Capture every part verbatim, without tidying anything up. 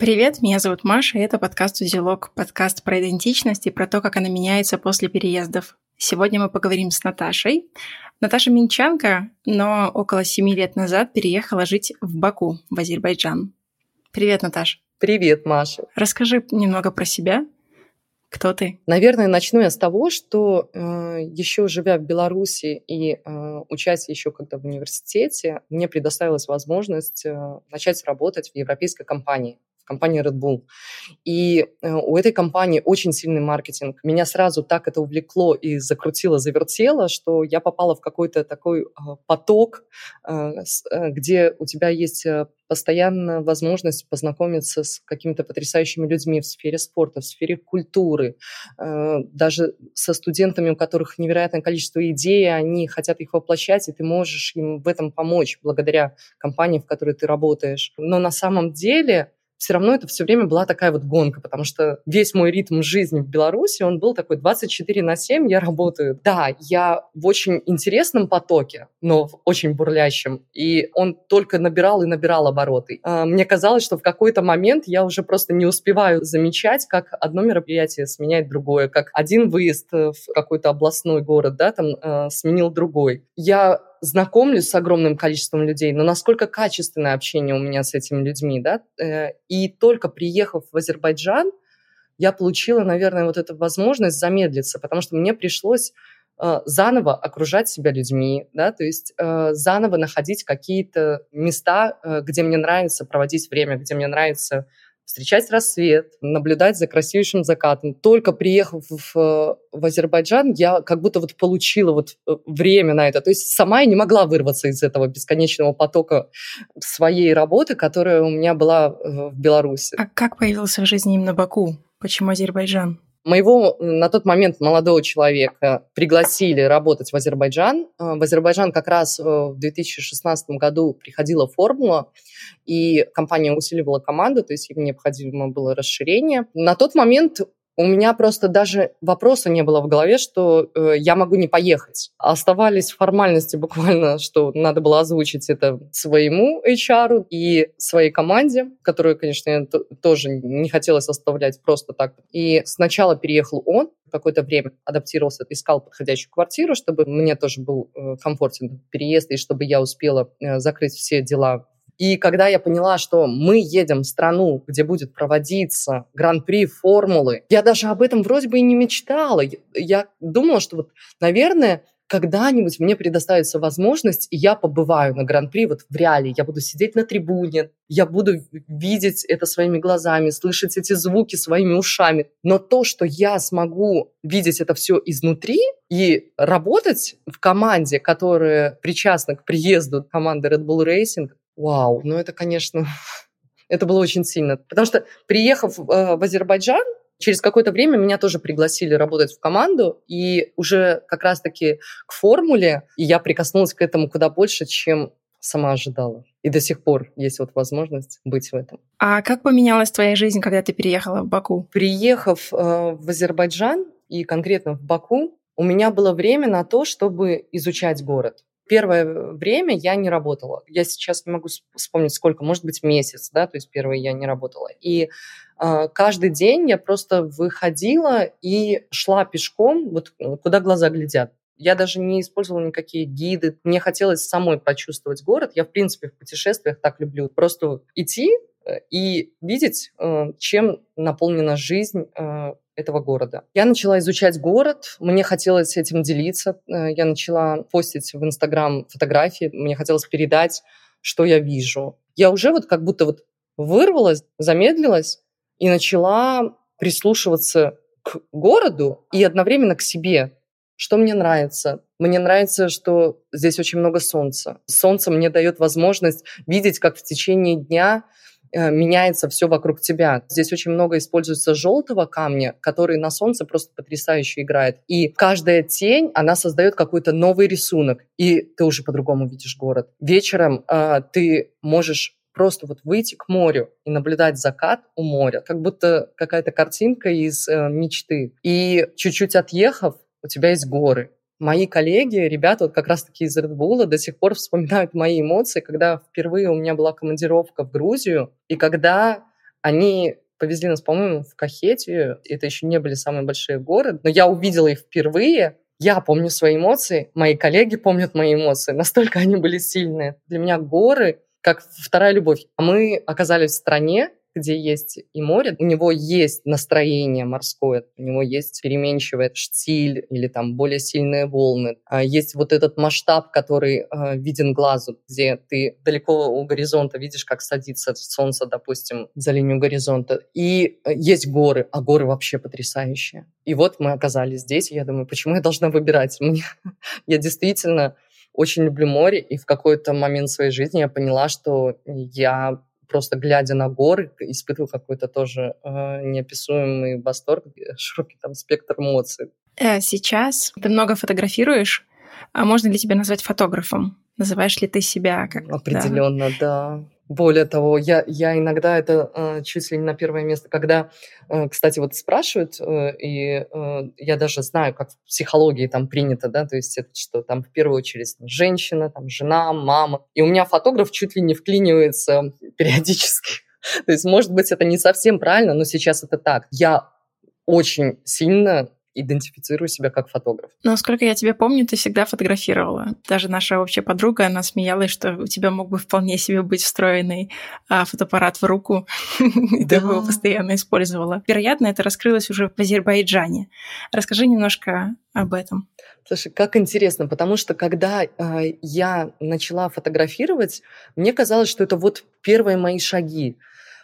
Привет, меня зовут Маша, и это подкаст «Узелок», подкаст про идентичность и про то, как она меняется после переездов. Сегодня мы поговорим с Наташей. Наташа минчанка, но около семи лет назад переехала жить в Баку, в Азербайджан. Привет, Наташа. Привет, Маша. Расскажи немного про себя. Кто ты? Наверное, начну я с того, что э, еще живя в Беларуси и э, учась еще когда в университете, мне предоставилась возможность э, начать работать в европейской компании, в компании Red Bull. И э, у этой компании очень сильный маркетинг. Меня сразу так это увлекло и закрутило, завертело, что я попала в какой-то такой э, поток, э, с, э, где у тебя есть э, постоянно возможность познакомиться с какими-то потрясающими людьми в сфере спорта, в сфере культуры, э, даже со студентами, у которых невероятное количество идей, они хотят их воплощать, и ты можешь им в этом помочь благодаря компании, в которой ты работаешь. Но на самом деле все равно это все время была такая вот гонка, потому что весь мой ритм жизни в Беларуси, он был такой двадцать четыре на семь, я работаю. Да, я в очень интересном потоке, но в очень бурлящем, и он только набирал и набирал обороты. Мне казалось, что в какой-то момент я уже просто не успеваю замечать, как одно мероприятие сменяет другое, как один выезд в какой-то областной город, да, там сменил другой. Я знакомлюсь с огромным количеством людей, но насколько качественное общение у меня с этими людьми, да, и только приехав в Азербайджан, я получила, наверное, вот эту возможность замедлиться, потому что мне пришлось э, заново окружать себя людьми, да, то есть э, заново находить какие-то места, э, где мне нравится проводить время, где мне нравится встречать рассвет, наблюдать за красивейшим закатом. Только приехав в, в Азербайджан, я как будто вот получила вот время на это. То есть сама я не могла вырваться из этого бесконечного потока своей работы, которая у меня была в Беларуси. А как появился в жизни именно Баку? Почему Азербайджан? Моего на тот момент молодого человека пригласили работать в Азербайджан. В Азербайджан как раз в две тысячи шестнадцатом году приходила формула, и компания усиливала команду, то есть им необходимо было расширение. На тот момент у меня просто даже вопроса не было в голове, что э, я могу не поехать. Оставались формальности буквально, что надо было озвучить это своему эйч ар и своей команде, которую, конечно, тоже не хотелось оставлять просто так. И сначала переехал он, какое-то время адаптировался, искал подходящую квартиру, чтобы мне тоже был э, комфортен переезд, и чтобы я успела э, закрыть все дела. И когда я поняла, что мы едем в страну, где будет проводиться гран-при формулы, я даже об этом вроде бы и не мечтала. Я думала, что вот, наверное, когда-нибудь мне предоставится возможность, и я побываю на гран-при вот в реале. Я буду сидеть на трибуне, я буду видеть это своими глазами, слышать эти звуки своими ушами. Но то, что я смогу видеть это все изнутри и работать в команде, которая причастна к приезду команды Red Bull Racing, вау, ну это, конечно, это было очень сильно. Потому что, приехав э, в Азербайджан, через какое-то время меня тоже пригласили работать в команду, и уже как раз-таки к формуле, и я прикоснулась к этому куда больше, чем сама ожидала. И до сих пор есть вот возможность быть в этом. А как поменялась твоя жизнь, когда ты переехала в Баку? Приехав э, в Азербайджан, и конкретно в Баку, у меня было время на то, чтобы изучать город. Первое время я не работала. Я сейчас не могу вспомнить, сколько, может быть, месяц, да, то есть первое я не работала. И э, каждый день я просто выходила и шла пешком, вот куда глаза глядят. Я даже не использовала никакие гиды. Мне хотелось самой почувствовать город. Я, в принципе, в путешествиях так люблю. Просто идти и видеть, э, чем наполнена жизнь э, этого города. Я начала изучать город, мне хотелось этим делиться, я начала постить в Инстаграм фотографии, мне хотелось передать, что я вижу. Я уже вот как будто вот вырвалась, замедлилась и начала прислушиваться к городу и одновременно к себе. Что мне нравится? Мне нравится, что здесь очень много солнца. Солнце мне дает возможность видеть, как в течение дня меняется все вокруг тебя. Здесь очень много используется желтого камня, который на солнце просто потрясающе играет. И каждая тень, она создает какой-то новый рисунок, и ты уже по-другому видишь город. Вечером э, ты можешь просто вот выйти к морю и наблюдать закат у моря, как будто какая-то картинка из э, мечты. И чуть-чуть отъехав, у тебя есть горы. Мои коллеги, ребята, вот как раз-таки из Red Bull, до сих пор вспоминают мои эмоции, когда впервые у меня была командировка в Грузию, и когда Они повезли нас, по-моему, в Кахетию. Это еще не были самые большие горы, но я увидела их впервые. Я помню свои эмоции, мои коллеги помнят мои эмоции. Настолько они были сильные. Для меня горы как вторая любовь. Мы оказались в стране, где есть и море, у него есть настроение морское, у него есть переменчивый штиль или там более сильные волны. А есть вот этот масштаб, который э, виден глазу, где ты далеко у горизонта видишь, как садится солнце, допустим, за линию горизонта. И э, есть горы, а горы вообще потрясающие. И вот мы оказались здесь, и я думаю, почему я должна выбирать? Мне... Я действительно очень люблю море, и в какой-то момент своей жизни я поняла, что я... просто глядя на горы, испытываю какой-то тоже э, неописуемый восторг, широкий там спектр эмоций. Сейчас ты много фотографируешь. А можно ли тебя назвать фотографом? Называешь ли ты себя как... Определенно, да. да. Более того, я, я иногда это э, чуть ли не на первое место, когда, э, кстати, вот спрашивают, э, и э, я даже знаю, как в психологии там принято, да, то есть это что там в первую очередь женщина, там жена, мама, и у меня фотограф чуть ли не вклинивается периодически. То есть, может быть, это не совсем правильно, но сейчас это так. Я очень сильно идентифицирую себя как фотограф. Но, сколько я тебя помню, ты всегда фотографировала. Даже наша общая подруга, она смеялась, что у тебя мог бы вполне себе быть встроенный а, фотоаппарат в руку, и ты его постоянно использовала. Вероятно, это раскрылось уже в Азербайджане. Расскажи немножко об этом. Слушай, как интересно, потому что когда э, я начала фотографировать, мне казалось, что это вот первые мои шаги.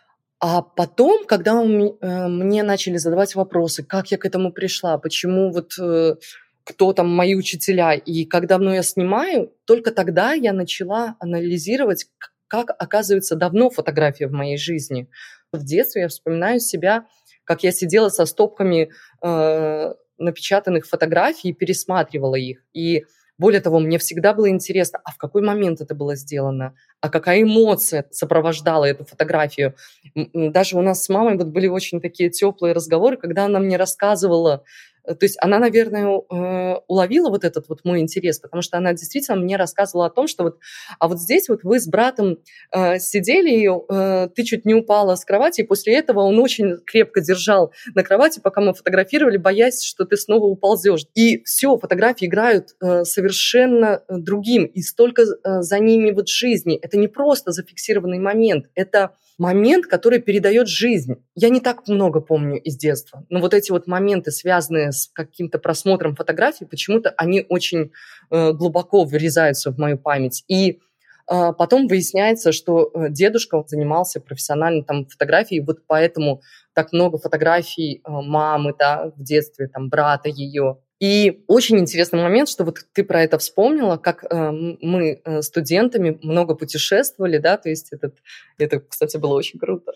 А потом, когда у, э, мне начали задавать вопросы, как я к этому пришла, почему вот э, кто там мои учителя, и как давно я снимаю, только тогда я начала анализировать, как, оказывается, давно фотография в моей жизни. В детстве я вспоминаю себя, как я сидела со стопками э, напечатанных фотографий и пересматривала их. И более того, мне всегда было интересно, а в какой момент это было сделано, а какая эмоция сопровождала эту фотографию. Даже у нас с мамой вот были очень такие теплые разговоры, когда она мне рассказывала, то есть она, наверное, уловила вот этот вот мой интерес, потому что она действительно мне рассказывала о том, что вот, а вот здесь вот вы с братом э, сидели, и э, ты чуть не упала с кровати, и после этого он очень крепко держал на кровати, пока мы фотографировали, боясь, что ты снова уползешь. И все, фотографии играют э, совершенно другим, и столько э, за ними вот жизни. Это не просто зафиксированный момент, это момент, который передает жизнь. Я не так много помню из детства, но вот эти вот моменты, связанные с каким-то просмотром фотографий, почему-то они очень э, глубоко врезаются в мою память. И э, потом выясняется, что дедушка занимался профессионально там фотографией, вот поэтому так много фотографий э, мамы, да, в детстве, там, брата ее. И очень интересный момент, что вот ты про это вспомнила, как э, мы э, студентами много путешествовали, да, то есть этот, это, кстати, было очень круто.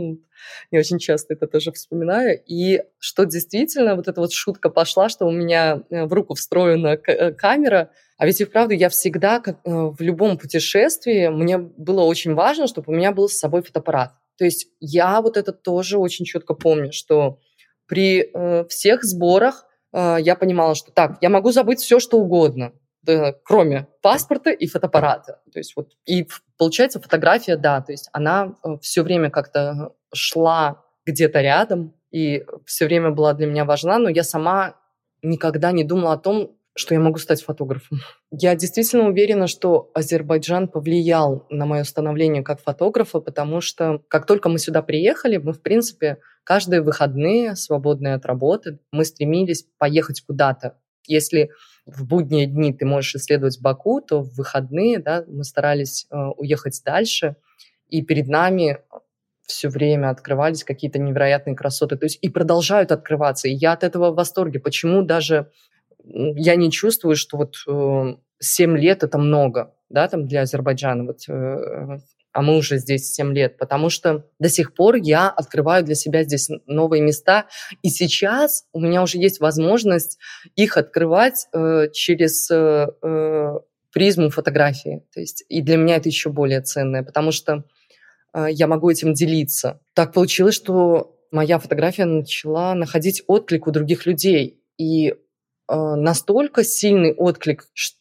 Я очень часто это тоже вспоминаю. И что действительно, вот эта вот шутка пошла, что у меня в руку встроена к- камера, а ведь и вправду я всегда, как, э, в любом путешествии, мне было очень важно, чтобы у меня был с собой фотоаппарат. То есть я вот это тоже очень четко помню, что при э, всех сборах я понимала, что так, я могу забыть все, что угодно, да, кроме паспорта и фотоаппарата. То есть вот, и получается фотография, да, то есть она все время как-то шла где-то рядом и все время была для меня важна, но я сама никогда не думала о том, что я могу стать фотографом. Я действительно уверена, что Азербайджан повлиял на мое становление как фотографа, потому что как только мы сюда приехали, мы, в принципе, каждые выходные, свободные от работы, мы стремились поехать куда-то. Если в будние дни ты можешь исследовать Баку, то в выходные, да, мы старались э, уехать дальше, и перед нами все время открывались какие-то невероятные красоты, то есть и продолжают открываться, и я от этого в восторге. Почему даже я не чувствую, что вот э, семь лет – это много, да, там для Азербайджана, вот, э, а мы уже здесь семь лет, потому что до сих пор я открываю для себя здесь новые места, и сейчас у меня уже есть возможность их открывать э, через э, э, призму фотографии, то есть и для меня это еще более ценное, потому что э, я могу этим делиться. Так получилось, что моя фотография начала находить отклик у других людей, и настолько сильный отклик,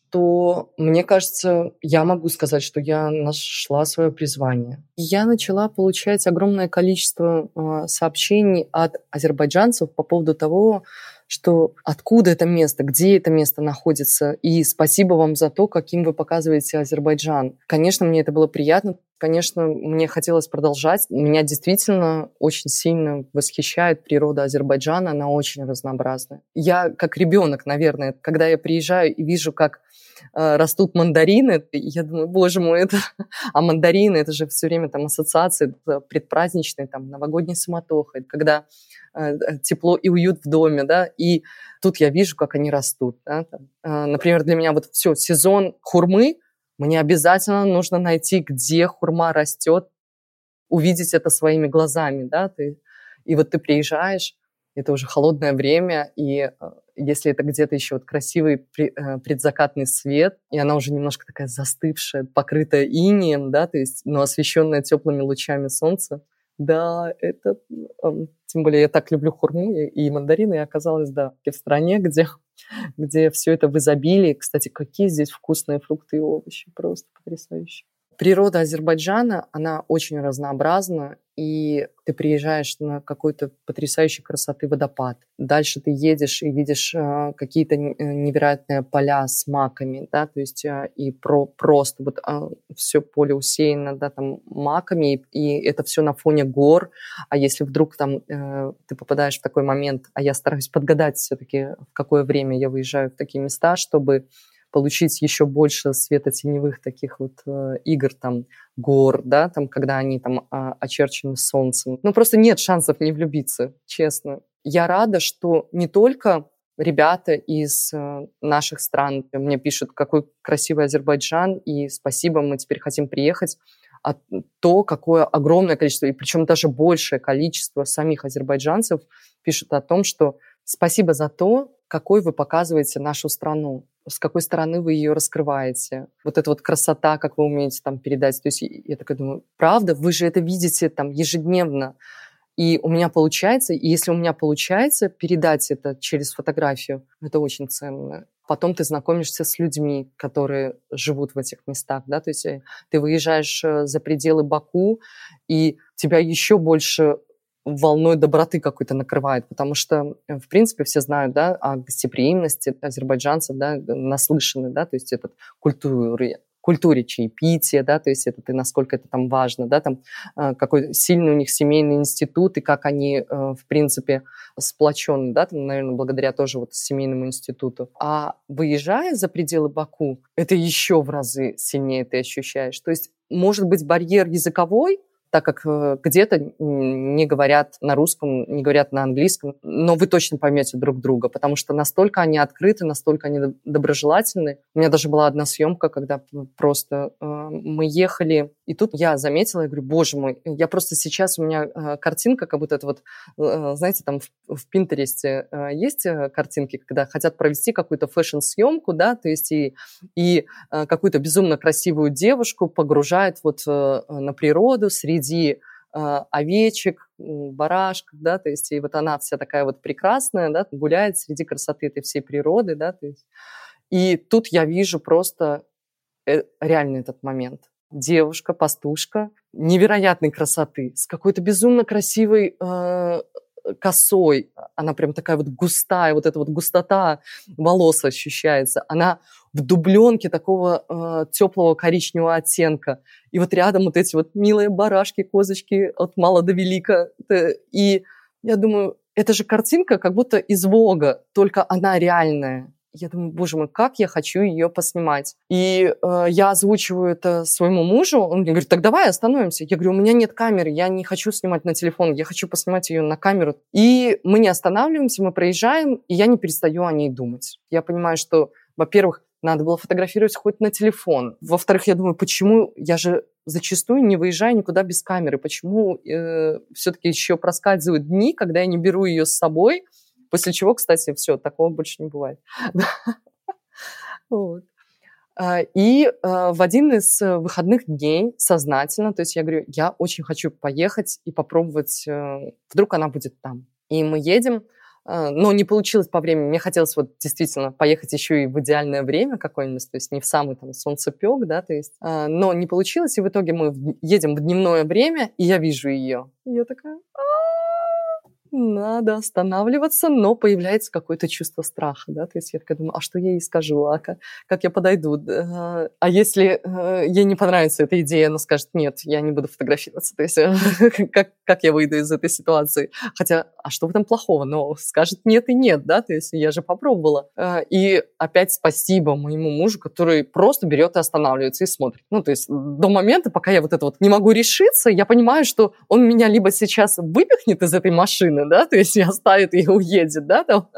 что, мне кажется, я могу сказать, что я нашла свое призвание. Я начала получать огромное количество э, сообщений от азербайджанцев по поводу того, что откуда это место, где это место находится, и спасибо вам за то, каким вы показываете Азербайджан. Конечно, мне это было приятно, конечно, мне хотелось продолжать. Меня действительно очень сильно восхищает природа Азербайджана, она очень разнообразная. Я как ребенок, наверное, когда я приезжаю и вижу, как э, растут мандарины, я думаю, боже мой, это... А мандарины, это же все время там ассоциации предпраздничные, там, новогодней суматохой, когда тепло и уют в доме, да, и тут я вижу, как они растут, да, там. Например, для меня вот все, сезон хурмы, мне обязательно нужно найти, где хурма растет, увидеть это своими глазами, да, ты, и вот ты приезжаешь, это уже холодное время, и если это где-то еще вот красивый предзакатный свет, и она уже немножко такая застывшая, покрытая инеем, да, то есть, но освещенная теплыми лучами солнца, да, это... Тем более я так люблю хурму и мандарины, и оказалась, да, в стране, где, где все это в изобилии. Кстати, какие здесь вкусные фрукты и овощи, просто потрясающе. Природа Азербайджана, она очень разнообразна, и ты приезжаешь на какой-то потрясающей красоты водопад. Дальше ты едешь и видишь э, какие-то невероятные поля с маками, да, то есть э, и про, просто вот э, все поле усеяно, да, там маками, и, и это все на фоне гор. А если вдруг там э, ты попадаешь в такой момент, а я стараюсь подгадать все-таки, в какое время я выезжаю в такие места, чтобы получить еще больше светотеневых таких вот э, игр, там, гор, да, там, когда они там э, очерчены солнцем. Ну, просто нет шансов не влюбиться, честно. Я рада, что не только ребята из э, наших стран мне пишут, какой красивый Азербайджан, и спасибо, мы теперь хотим приехать, а то, какое огромное количество, и причем даже большее количество самих азербайджанцев пишут о том, что спасибо за то, какой вы показываете нашу страну, с какой стороны вы ее раскрываете. Вот эта вот красота, как вы умеете там передать. То есть я такая думаю, правда, вы же это видите там ежедневно. И у меня получается, и если у меня получается передать это через фотографию, это очень ценно. Потом ты знакомишься с людьми, которые живут в этих местах, да, то есть ты выезжаешь за пределы Баку, и тебя еще больше волной доброты какой-то накрывает, потому что, в принципе, все знают, да, о гостеприимности азербайджанцев, да, наслышаны, да, то есть этот культуре, культуре чаепития, да, то есть это ты, насколько это там важно, да, там какой сильный у них семейный институт и как они, в принципе, сплочены, да, там, наверное, благодаря тоже вот семейному институту. А выезжая за пределы Баку, это еще в разы сильнее ты ощущаешь. То есть, может быть, барьер языковой, так как где-то не говорят на русском, не говорят на английском, но вы точно поймете друг друга, потому что настолько они открыты, настолько они доброжелательны. У меня даже была одна съемка, когда просто э, мы ехали, и тут я заметила, я говорю, боже мой, я просто сейчас, у меня э, картинка, как будто это вот, э, знаете, там в, в Пинтересте э, есть картинки, когда хотят провести какую-то фэшн-съемку, да, то есть и, и э, какую-то безумно красивую девушку погружают вот э, на природу среди среди э, овечек, барашков, да, то есть и вот она вся такая вот прекрасная, да, гуляет среди красоты этой всей природы, да, то есть. И тут я вижу просто э, реально этот момент. Девушка, пастушка невероятной красоты, с какой-то безумно красивой э, косой, она прям такая вот густая, вот эта вот густота волос ощущается, она в дубленке такого э, теплого коричневого оттенка, и вот рядом вот эти вот милые барашки, козочки от мала до велика, и я думаю, это же картинка как будто из Вога, только она реальная. Я думаю, боже мой, как я хочу ее поснимать. И э, я озвучиваю это своему мужу, он мне говорит, так давай остановимся. Я говорю, у меня нет камеры, я не хочу снимать на телефон, я хочу поснимать ее на камеру. И мы не останавливаемся, мы проезжаем, и я не перестаю о ней думать. Я понимаю, что, во-первых, надо было фотографировать хоть на телефон. Во-вторых, я думаю, почему я же зачастую не выезжаю никуда без камеры, почему э, все-таки еще проскальзывают дни, когда я не беру ее с собой. После чего, кстати, все, такого больше не бывает. Вот. И в один из выходных дней сознательно, то есть я говорю, я очень хочу поехать и попробовать, вдруг она будет там. И мы едем но не получилось по времени. Мне хотелось вот действительно поехать еще и в идеальное время какое-нибудь, то есть не в самый там солнцепек, да, то есть, но не получилось, и в итоге мы едем в дневное время, и я вижу ее. И я такая... Надо останавливаться, но появляется какое-то чувство страха, да, то есть я такая думаю, а что я ей скажу, а как, как я подойду, а если ей не понравится эта идея, она скажет, нет, я не буду фотографироваться, то есть как, как я выйду из этой ситуации, хотя, а что в этом плохого, но скажет нет и нет, да, то есть я же попробовала, и опять спасибо моему мужу, который просто берет и останавливается и смотрит, ну, то есть до момента, пока я вот это вот не могу решиться, я понимаю, что он меня либо сейчас выпихнет из этой машины, да, то есть и оставит и уедет, да, там.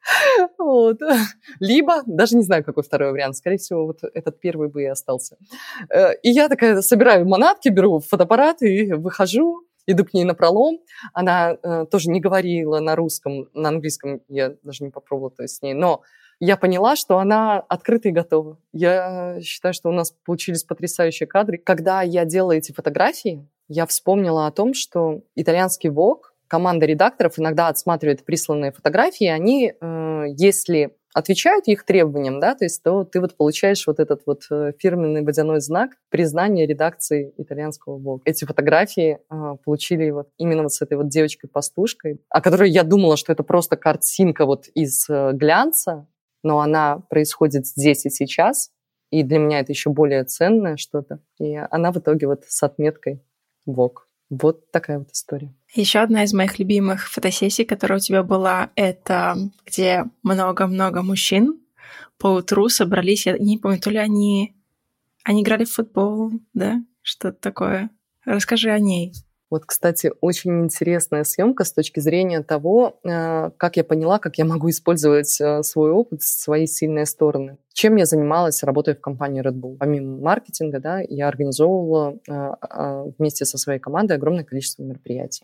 Вот. Либо, даже не знаю, какой второй вариант, скорее всего, вот этот первый бы и остался. И я такая собираю манатки, беру фотоаппарат и выхожу, иду к ней напролом. Она э, тоже не говорила на русском, на английском я даже не попробовала то есть, с ней, но я поняла, что она открыта и готова. Я считаю, что у нас получились потрясающие кадры. Когда я делала эти фотографии, я вспомнила о том, что итальянский Vogue, команда редакторов иногда отсматривает присланные фотографии, они, э, если отвечают их требованиям, да, то есть то ты вот получаешь вот этот вот фирменный водяной знак признания редакции итальянского Vogue. Эти фотографии э, получили вот именно вот с этой вот девочкой-пастушкой, о которой я думала, что это просто картинка вот из э, глянца, но она происходит здесь и сейчас, и для меня это еще более ценное что-то. И она в итоге вот с отметкой Vogue. Вот такая вот история. Еще одна из моих любимых фотосессий, которая у тебя была, это где много-много мужчин поутру собрались. Я не помню, то ли они, они играли в футбол, да? Что-то такое. Расскажи о ней. Вот, кстати, очень интересная съемка с точки зрения того, как я поняла, как я могу использовать свой опыт, свои сильные стороны. Чем я занималась, работая в компании Red Bull? Помимо маркетинга, да, я организовывала вместе со своей командой огромное количество мероприятий.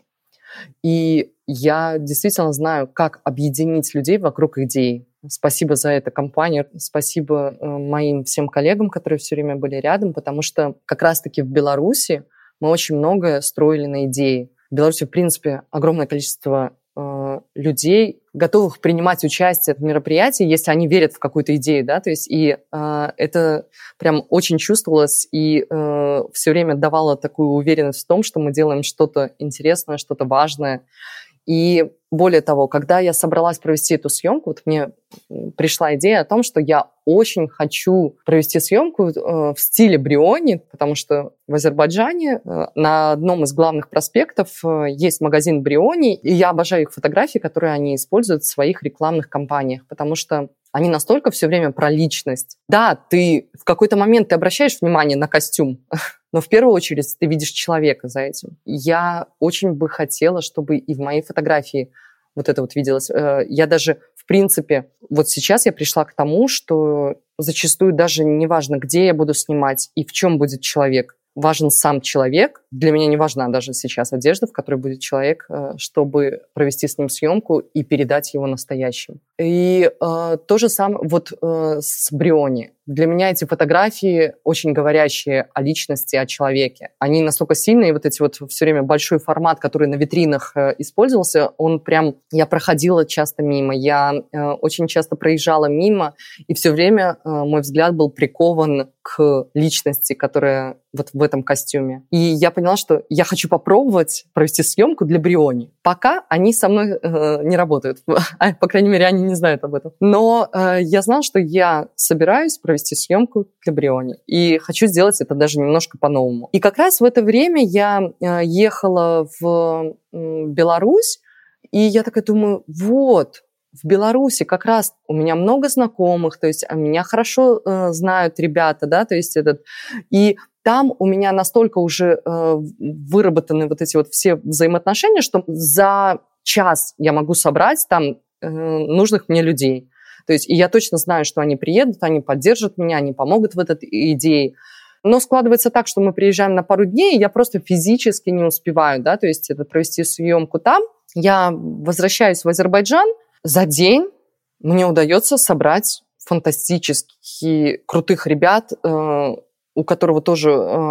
И я действительно знаю, как объединить людей вокруг идей. Спасибо за это компании, спасибо моим всем коллегам, которые все время были рядом, потому что как раз-таки в Беларуси мы очень многое строили на идеи. В Беларуси, в принципе, огромное количество э, людей, готовых принимать участие в мероприятии, если они верят в какую-то идею, да, то есть и э, это прям очень чувствовалось и э, все время давало такую уверенность в том, что мы делаем что-то интересное, что-то важное. И более того, когда я собралась провести эту съемку, вот мне пришла идея о том, что я очень хочу провести съемку в стиле Бриони, потому что в Азербайджане на одном из главных проспектов есть магазин Бриони, и я обожаю их фотографии, которые они используют в своих рекламных кампаниях, потому что они настолько все время про личность. Да, ты в какой-то момент ты обращаешь внимание на костюм, но в первую очередь ты видишь человека за этим. Я очень бы хотела, чтобы и в моей фотографии вот это вот виделось. Я даже, в принципе, вот сейчас я пришла к тому, что зачастую даже не важно, где я буду снимать и в чем будет человек. Важен сам человек. Для меня не важна даже сейчас одежда, в которой будет человек, чтобы провести с ним съемку и передать его настоящим. И э, то же самое вот э, с Бриони. Для меня эти фотографии очень говорящие о личности, о человеке. Они настолько сильные, вот эти вот все время большой формат, который на витринах э, использовался, он прям... Я проходила часто мимо, я э, очень часто проезжала мимо, и все время э, мой взгляд был прикован к личности, которая вот в этом костюме. И я поняла, что я хочу попробовать провести съемку для Бриони. Пока они со мной э, не работают. По крайней мере, они не знают об этом. Но э, я знала, что я собираюсь провести съемку для Бриони. И хочу сделать это даже немножко по-новому. И как раз в это время я э, ехала в э, Беларусь, и я такая думаю, вот, в Беларуси как раз у меня много знакомых, то есть меня хорошо э, знают ребята, да, то есть этот... И там у меня настолько уже э, выработаны вот эти вот все взаимоотношения, что за час я могу собрать там э, нужных мне людей. То есть и я точно знаю, что они приедут, они поддержат меня, они помогут в этой идее. Но складывается так, что мы приезжаем на пару дней, и я просто физически не успеваю, да, то есть это провести съемку там. Я возвращаюсь в Азербайджан, за день мне удается собрать фантастически крутых ребят, э, у которого тоже э,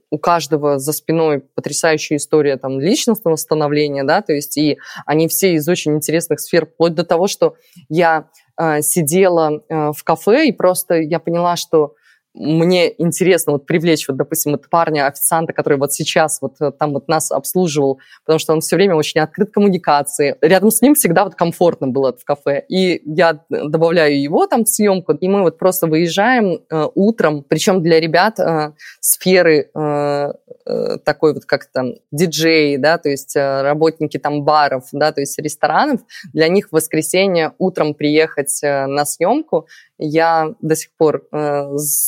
у каждого за спиной потрясающая история там личностного становления, да, то есть и они все из очень интересных сфер, вплоть до того, что я э, сидела э, в кафе, и просто я поняла, что мне интересно вот привлечь, вот, допустим, вот парня, официанта, который вот сейчас вот там вот нас обслуживал, потому что он все время очень открыт к коммуникации. Рядом с ним всегда вот комфортно было в кафе. И я добавляю его там в съемку, и мы вот просто выезжаем э, утром, причем для ребят э, сферы э, э, такой вот как там диджеи, да, то есть э, работники там баров, да, то есть ресторанов, для них в воскресенье утром приехать э, на съемку. Я до сих пор э,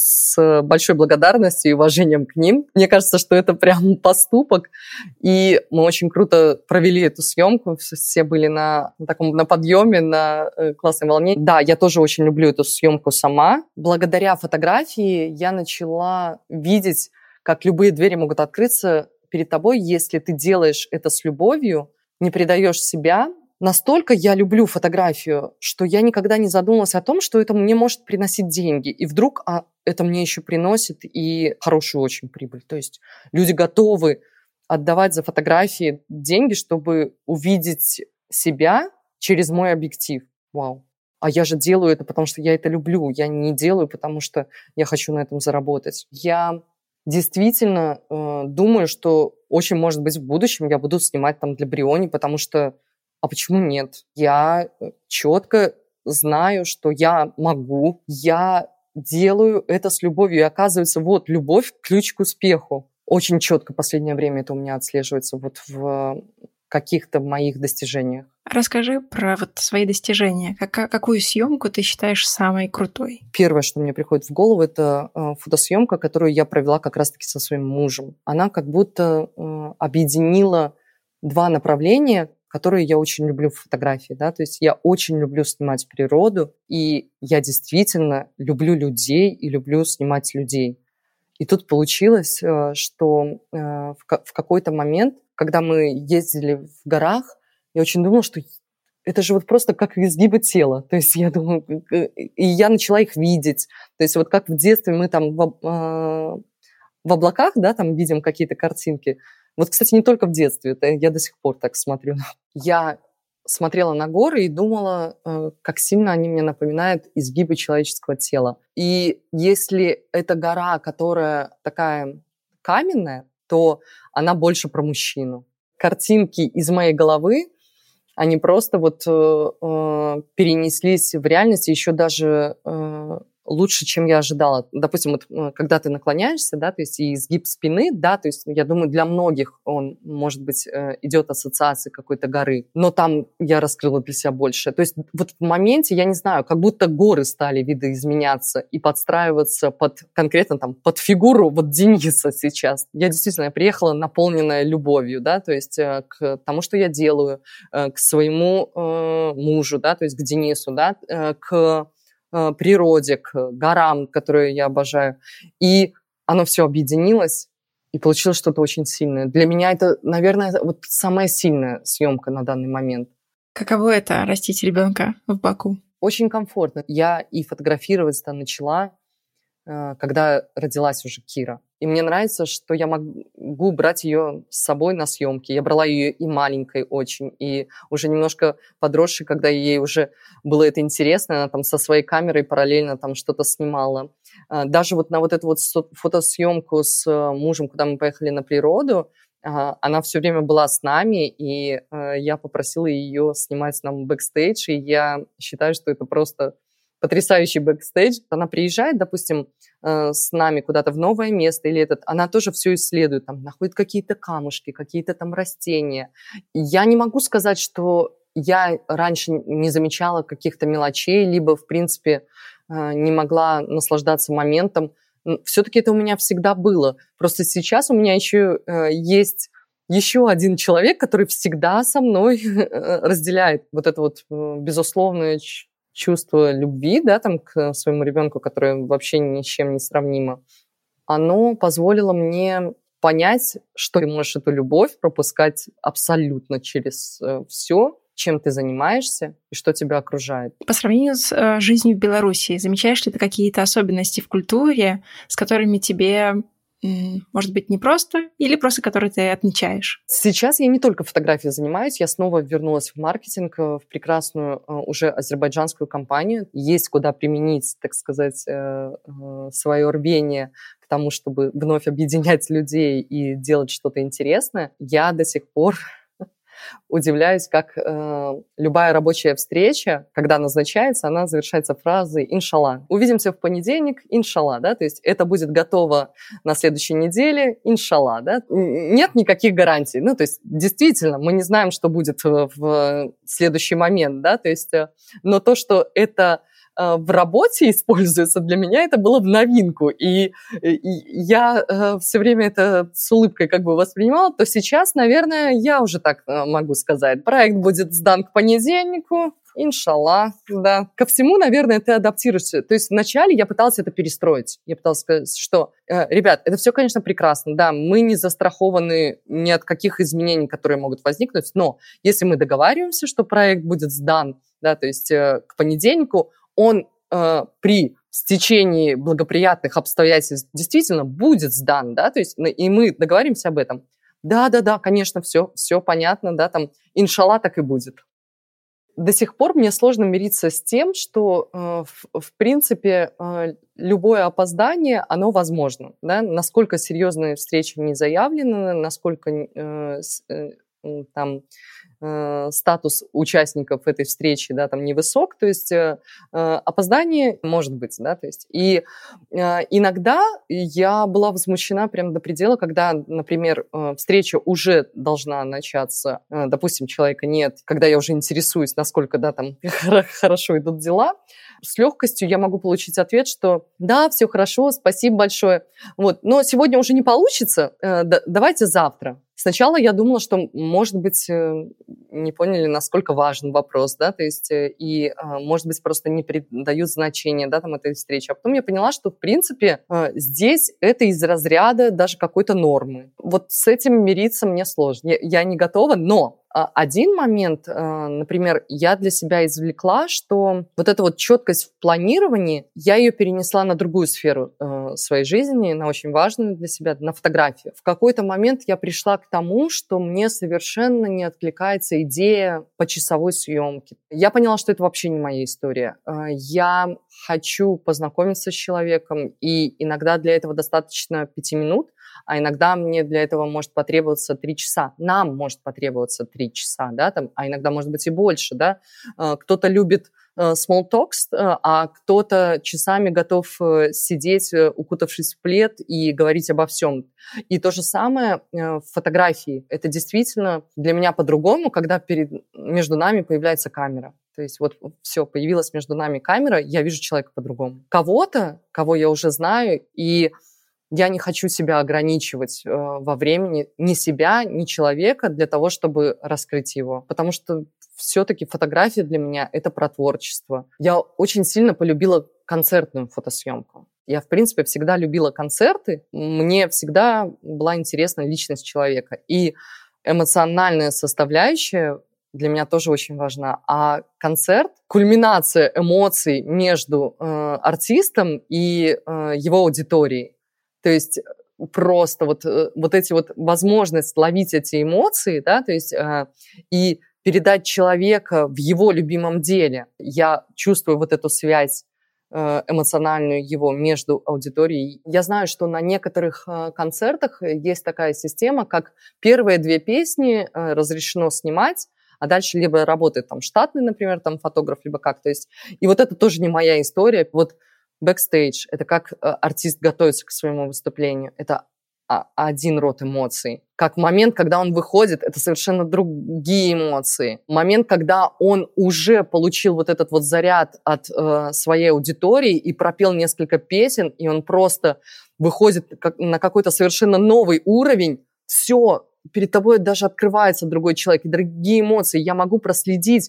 с большой благодарностью и уважением к ним. Мне кажется, что это прям поступок. И мы очень круто провели эту съемку. Все были на таком на подъеме, на э, классной волне. Да, я тоже очень люблю эту съемку сама. Благодаря фотографии я начала видеть, как любые двери могут открыться перед тобой, если ты делаешь это с любовью, не предаешь себя. Настолько я люблю фотографию, что я никогда не задумалась о том, что это мне может приносить деньги. И вдруг а, это мне еще приносит и хорошую очень прибыль. То есть люди готовы отдавать за фотографии деньги, чтобы увидеть себя через мой объектив. Вау. А я же делаю это, потому что я это люблю. Я не делаю, потому что я хочу на этом заработать. Я действительно э, думаю, что очень может быть в будущем я буду снимать там для Бриони, потому что а почему нет? Я четко знаю, что я могу, я делаю это с любовью. И оказывается, вот, любовь – ключ к успеху. Очень четко в последнее время это у меня отслеживается вот в каких-то моих достижениях. Расскажи про вот свои достижения. Как, какую съемку ты считаешь самой крутой? Первое, что мне приходит в голову, это фотосъемка, которую я провела как раз-таки со своим мужем. Она как будто объединила два направления, которые я очень люблю в фотографии, да, то есть я очень люблю снимать природу, и я действительно люблю людей и люблю снимать людей. И тут получилось, что в какой-то момент, когда мы ездили в горах, я очень думала, что это же вот просто как изгибы тела, то есть я думаю, и я начала их видеть, то есть вот как в детстве мы там в, в облаках, да, там видим какие-то картинки. Вот, кстати, не только в детстве, это я до сих пор так смотрю. Я смотрела на горы и думала, как сильно они мне напоминают изгибы человеческого тела. И если это гора, которая такая каменная, то она больше про мужчину. Картинки из моей головы, они просто вот э, перенеслись в реальность, еще даже э, лучше, чем я ожидала. Допустим, вот, когда ты наклоняешься, да, то есть и изгиб спины, да, то есть я думаю, для многих он, может быть, идет ассоциация какой-то горы, но там я раскрыла для себя больше. То есть вот в моменте, я не знаю, как будто горы стали видоизменяться и подстраиваться под конкретно там, под фигуру вот Дениса сейчас. Я действительно я приехала наполненная любовью, да, то есть к тому, что я делаю, к своему э, мужу, да, то есть к Денису, да, к природе, к горам, которые я обожаю. И оно все объединилось, и получилось что-то очень сильное. Для меня это, наверное, вот самая сильная съемка на данный момент. Каково это — растить ребенка в Баку? Очень комфортно. Я и фотографировать-то начала, когда родилась уже Кира. И мне нравится, что я могу брать ее с собой на съемки. Я брала ее и маленькой очень, и уже немножко подросшей, когда ей уже было это интересно, она там со своей камерой параллельно там что-то снимала. Даже вот на вот эту вот фотосъемку с мужем, куда мы поехали на природу, она все время была с нами, и я попросила ее снимать нам бэкстейдж, и я считаю, что это просто потрясающий бэкстейдж. Она приезжает, допустим, с нами куда-то в новое место, или этот, она тоже все исследует, там, находит какие-то камушки, какие-то там растения. Я не могу сказать, что я раньше не замечала каких-то мелочей, либо, в принципе, не могла наслаждаться моментом. Все-таки это у меня всегда было. Просто сейчас у меня еще есть еще один человек, который всегда со мной разделяет вот это вот безусловное чувство любви, да, там, к своему ребенку, которое вообще ни с чем не сравнимо, оно позволило мне понять, что ты можешь эту любовь пропускать абсолютно через э, все, чем ты занимаешься и что тебя окружает. По сравнению с э, жизнью в Беларуси, замечаешь ли ты какие-то особенности в культуре, с которыми тебе может быть, не просто, или просто которые ты отмечаешь? Сейчас я не только фотографией занимаюсь, я снова вернулась в маркетинг, в прекрасную уже азербайджанскую компанию. Есть куда применить, так сказать, свое рвение к тому, чтобы вновь объединять людей и делать что-то интересное. Я до сих пор удивляюсь, как э, любая рабочая встреча, когда назначается, она завершается фразой «иншалла». Увидимся в понедельник, иншалла, да, то есть это будет готово на следующей неделе, иншалла, да. Нет никаких гарантий, ну, то есть действительно мы не знаем, что будет в следующий момент, да, то есть, но то, что это в работе используется, для меня это было в новинку. И, и я э, все время это с улыбкой как бы воспринимала, то сейчас, наверное, я уже так могу сказать. Проект будет сдан к понедельнику, иншалла, да. Ко всему, наверное, ты адаптируешься. То есть вначале я пыталась это перестроить. Я пыталась сказать, что, э, ребят, это все, конечно, прекрасно, да, мы не застрахованы ни от каких изменений, которые могут возникнуть, но если мы договариваемся, что проект будет сдан, да, то есть э, к понедельнику, он э, при стечении благоприятных обстоятельств действительно будет сдан, да, то есть и мы договоримся об этом. Да-да-да, конечно, все, все понятно, да, там, иншалла, так и будет. До сих пор мне сложно мириться с тем, что, э, в, в принципе, э, любое опоздание, оно возможно, да, насколько серьезные встречи не заявлены, насколько э, с, э, там статус участников этой встречи, да, там невысок, то есть э, опоздание может быть, да, то есть и э, иногда я была возмущена прям до предела, когда, например, э, встреча уже должна начаться, э, допустим, человека нет, когда я уже интересуюсь, насколько, да, там хорошо идут дела, с легкостью я могу получить ответ, что да, все хорошо, спасибо большое, вот, но сегодня уже не получится, э, да, давайте завтра. Сначала я думала, что, может быть, не поняли, насколько важен вопрос, да, то есть и, может быть, просто не придают значения, да, там, этой встречи. А потом я поняла, что, в принципе, здесь это из разряда даже какой-то нормы. Вот с этим мириться мне сложно. Я, я не готова, но один момент, например, я для себя извлекла, что вот эта вот четкость в планировании, я ее перенесла на другую сферу своей жизни, на очень важную для себя, на фотографию. В какой-то момент я пришла к тому, что мне совершенно не откликается идея почасовой съемки. Я поняла, что это вообще не моя история. Я хочу познакомиться с человеком, и иногда для этого достаточно пяти минут, а иногда мне для этого может потребоваться три часа. Нам может потребоваться три часа, да, там, а иногда может быть и больше, да. Кто-то любит small talks, а кто-то часами готов сидеть, укутавшись в плед, и говорить обо всем. И то же самое в фотографии. Это действительно для меня по-другому, когда перед, между нами появляется камера. То есть вот все, появилась между нами камера, я вижу человека по-другому. Кого-то, кого я уже знаю, и я не хочу себя ограничивать э, во времени, ни себя, ни человека для того, чтобы раскрыть его. Потому что все-таки фотография для меня – это про творчество. Я очень сильно полюбила концертную фотосъемку. Я, в принципе, всегда любила концерты. Мне всегда была интересна личность человека. И эмоциональная составляющая для меня тоже очень важна. А концерт – кульминация эмоций между э, артистом и э, его аудиторией. То есть просто вот, вот эти вот возможность ловить эти эмоции, да, то есть э, и передать человека в его любимом деле. Я чувствую вот эту связь э, эмоциональную его между аудиторией. Я знаю, что на некоторых э, концертах есть такая система, как первые две песни э, разрешено снимать, а дальше либо работает там штатный, например, там фотограф, либо как. То есть, и вот это тоже не моя история. Вот бэкстейдж – это как артист готовится к своему выступлению. Это один род эмоций. Как момент, когда он выходит, это совершенно другие эмоции. Момент, когда он уже получил вот этот вот заряд от э, своей аудитории и пропел несколько песен, и он просто выходит как, на какой-то совершенно новый уровень. Все, перед тобой даже открывается другой человек. И другие эмоции. Я могу проследить.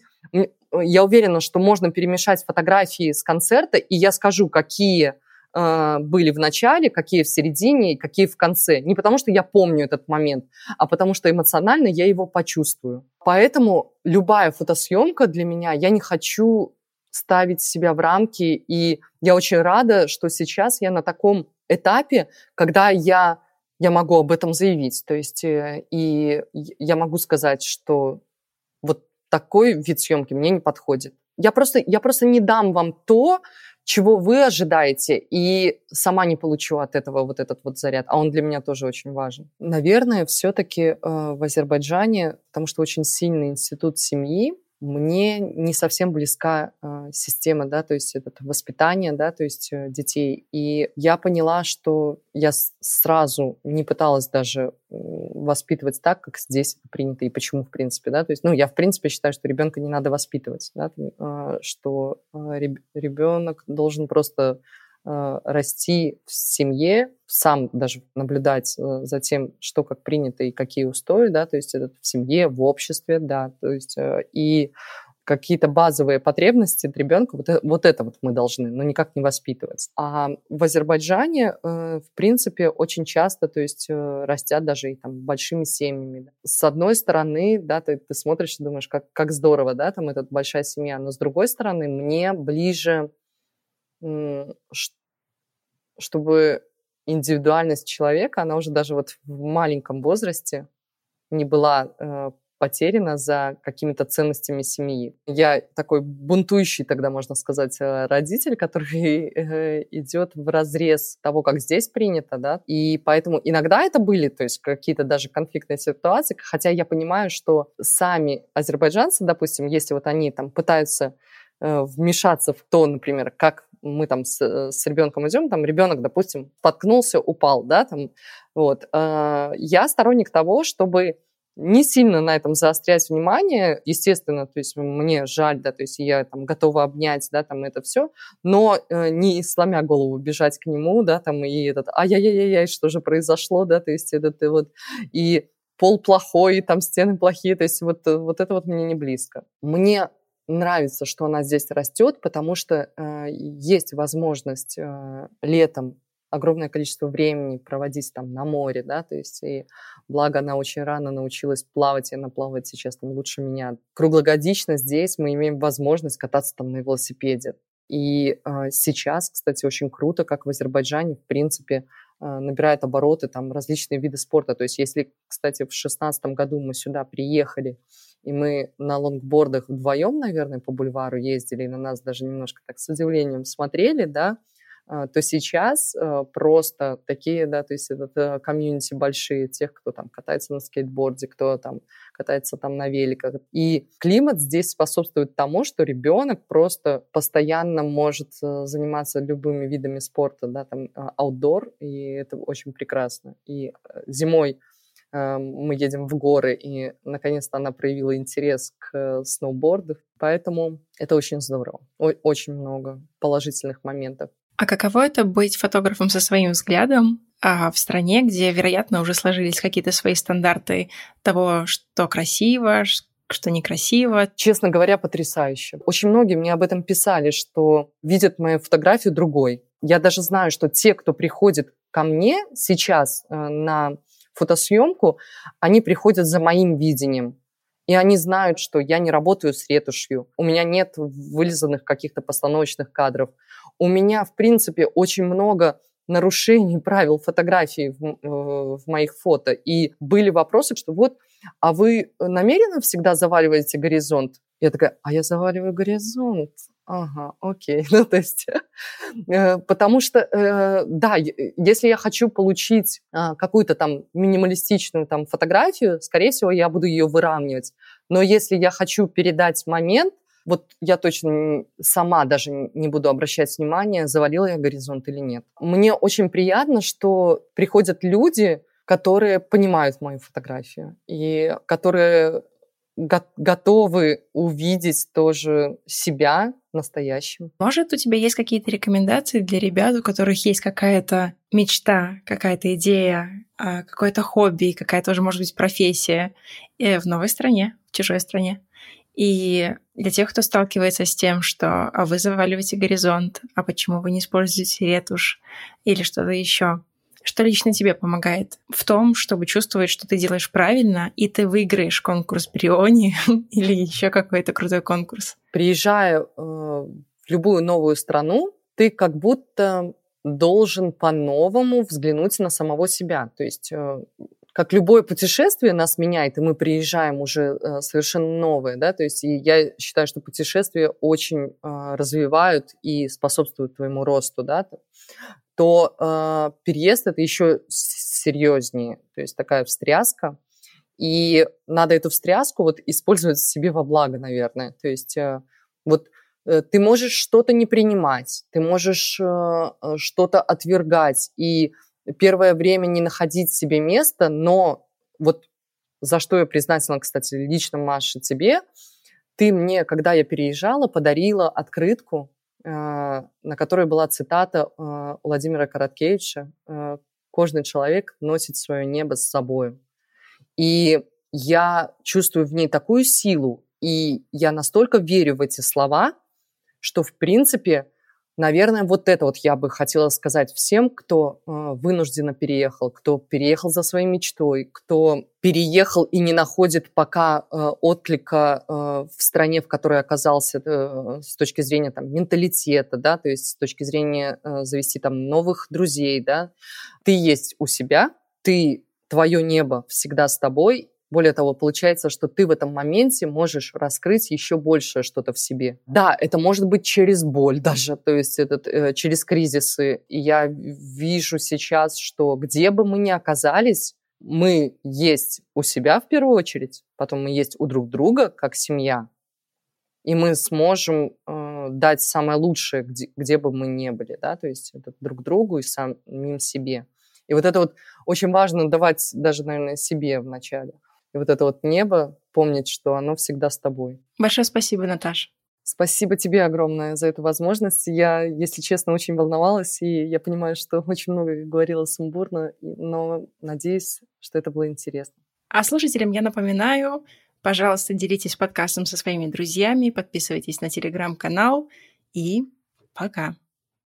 Я уверена, что можно перемешать фотографии с концерта, и я скажу, какие э, были в начале, какие в середине, какие в конце. Не потому, что я помню этот момент, а потому что эмоционально я его почувствую. Поэтому любая фотосъемка для меня, я не хочу ставить себя в рамки, и я очень рада, что сейчас я на таком этапе, когда я я могу об этом заявить. То есть э, и я могу сказать, что вот такой вид съемки мне не подходит. Я просто, я просто не дам вам то, чего вы ожидаете, и сама не получу от этого вот этот вот заряд. А он для меня тоже очень важен. Наверное, все-таки э, в Азербайджане, потому что очень сильный институт семьи, мне не совсем близка э, система, да, то есть это воспитание, да, то есть э, детей. И я поняла, что я с- сразу не пыталась даже э, воспитывать так, как здесь это принято, и почему, в принципе, да, то есть, ну, я, в принципе, считаю, что ребенка не надо воспитывать, да, э, что э, реб- ребенок должен просто э, расти в семье, сам даже наблюдать э, за тем, что как принято и какие устои, да, то есть это в семье, в обществе, да, то есть э, и какие-то базовые потребности ребенка, вот, э- вот это вот мы должны, но никак не воспитывать. А в Азербайджане, э, в принципе, очень часто, то есть э, растят даже и там большими семьями. Да. С одной стороны, да, ты, ты смотришь и думаешь, как, как здорово, да, там эта большая семья, но с другой стороны, мне ближе, м, ш- чтобы индивидуальность человека, она уже даже вот в маленьком возрасте не была э, потеряна за какими-то ценностями семьи. Я такой бунтующий, тогда можно сказать, э, родитель, который э, идет в разрез того, как здесь принято, да, и поэтому иногда это были, то есть какие-то даже конфликтные ситуации, хотя я понимаю, что сами азербайджанцы, допустим, если вот они там пытаются э, вмешаться в то, например, как мы там с, с ребенком идем, там ребенок, допустим, споткнулся, упал, да, там, вот. Э, я сторонник того, чтобы не сильно на этом заострять внимание, естественно, то есть мне жаль, да, то есть я там готова обнять, да, там это все, но э, не сломя голову бежать к нему, да, там и этот, ай-яй-яй-яй, что же произошло, да, то есть этот и вот, и пол плохой, и там стены плохие, то есть вот, вот это вот мне не близко. Мне нравится, что она здесь растет, потому что э, есть возможность э, летом огромное количество времени проводить там на море, да, то есть и благо она очень рано научилась плавать, и она плавает сейчас там лучше меня. Круглогодично здесь мы имеем возможность кататься там на велосипеде. И э, сейчас, кстати, очень круто, как в Азербайджане, в принципе, э, набирают обороты там различные виды спорта. То есть если, кстати, в шестнадцатом году мы сюда приехали, и мы на лонгбордах вдвоем, наверное, по бульвару ездили, и на нас даже немножко так с удивлением смотрели, да, то сейчас просто такие, да, то есть это комьюнити большие тех, кто там катается на скейтборде, кто там катается там на великах. И климат здесь способствует тому, что ребенок просто постоянно может заниматься любыми видами спорта, да, там аутдор, и это очень прекрасно. И зимой мы едем в горы, и наконец-то она проявила интерес к сноуборду, поэтому это очень здорово. О- очень много положительных моментов. А каково это быть фотографом со своим взглядом а в стране, где, вероятно, уже сложились какие-то свои стандарты того, что красиво, что некрасиво? Честно говоря, потрясающе. Очень многие мне об этом писали, что видят мою фотографию другой. Я даже знаю, что те, кто приходит ко мне сейчас э, на фотосъемку, они приходят за моим видением. И они знают, что я не работаю с ретушью, у меня нет вылизанных каких-то постановочных кадров. У меня, в принципе, очень много нарушений правил фотографии в, в моих фото. И были вопросы, что вот, а вы намеренно всегда заваливаете горизонт? Я такая, а я заваливаю горизонт? Ага, окей. Ну, то есть, потому что, да, если я хочу получить какую-то там минималистичную там фотографию, скорее всего, я буду ее выравнивать. Но если я хочу передать момент, вот я точно сама даже не буду обращать внимания, завалила я горизонт или нет. Мне очень приятно, что приходят люди, которые понимают мою фотографию и которые го- готовы увидеть тоже себя настоящим. Может, у тебя есть какие-то рекомендации для ребят, у которых есть какая-то мечта, какая-то идея, какое-то хобби, какая-то уже, может быть, профессия в новой стране, в чужой стране? И для тех, кто сталкивается с тем, что а вы заваливаете горизонт, а почему вы не используете ретушь или что-то еще, что лично тебе помогает в том, чтобы чувствовать, что ты делаешь правильно, и ты выиграешь конкурс Бриони или еще какой-то крутой конкурс? Приезжая э, в любую новую страну, ты как будто должен по-новому взглянуть на самого себя. То есть, как любое путешествие нас меняет, и мы приезжаем уже совершенно новые, да, то есть и я считаю, что путешествия очень развивают и способствуют твоему росту, да, то э, переезд это еще серьезнее, то есть такая встряска, и надо эту встряску вот использовать себе во благо, наверное, то есть э, вот э, ты можешь что-то не принимать, ты можешь э, что-то отвергать, и первое время не находить себе места, но вот за что я признательна, кстати, лично, Маша, тебе, ты мне, когда я переезжала, подарила открытку, на которой была цитата Владимира Короткевича «Кожный человек носит свое небо с собой». И я чувствую в ней такую силу, и я настолько верю в эти слова, что, в принципе, наверное, вот это вот я бы хотела сказать всем, кто э, вынужденно переехал, кто переехал за своей мечтой, кто переехал и не находит пока э, отклика э, в стране, в которой оказался э, с точки зрения там, менталитета, да, то есть с точки зрения э, завести там новых друзей, да. Ты есть у себя, ты, твое небо всегда с тобой. Более того, получается, что ты в этом моменте можешь раскрыть еще больше что-то в себе. Да, это может быть через боль даже, то есть этот, э, через кризисы. И я вижу сейчас, что где бы мы ни оказались, мы есть у себя в первую очередь, потом мы есть у друг друга, как семья, и мы сможем э, дать самое лучшее, где, где бы мы ни были, да, то есть это друг другу и самим себе. И вот это вот очень важно давать даже, наверное, себе вначале. И вот это вот небо, помнить, что оно всегда с тобой. Большое спасибо, Наташа. Спасибо тебе огромное за эту возможность. Я, если честно, очень волновалась, и я понимаю, что очень много говорила сумбурно, но надеюсь, что это было интересно. А слушателям я напоминаю, пожалуйста, делитесь подкастом со своими друзьями, подписывайтесь на телеграм-канал и пока.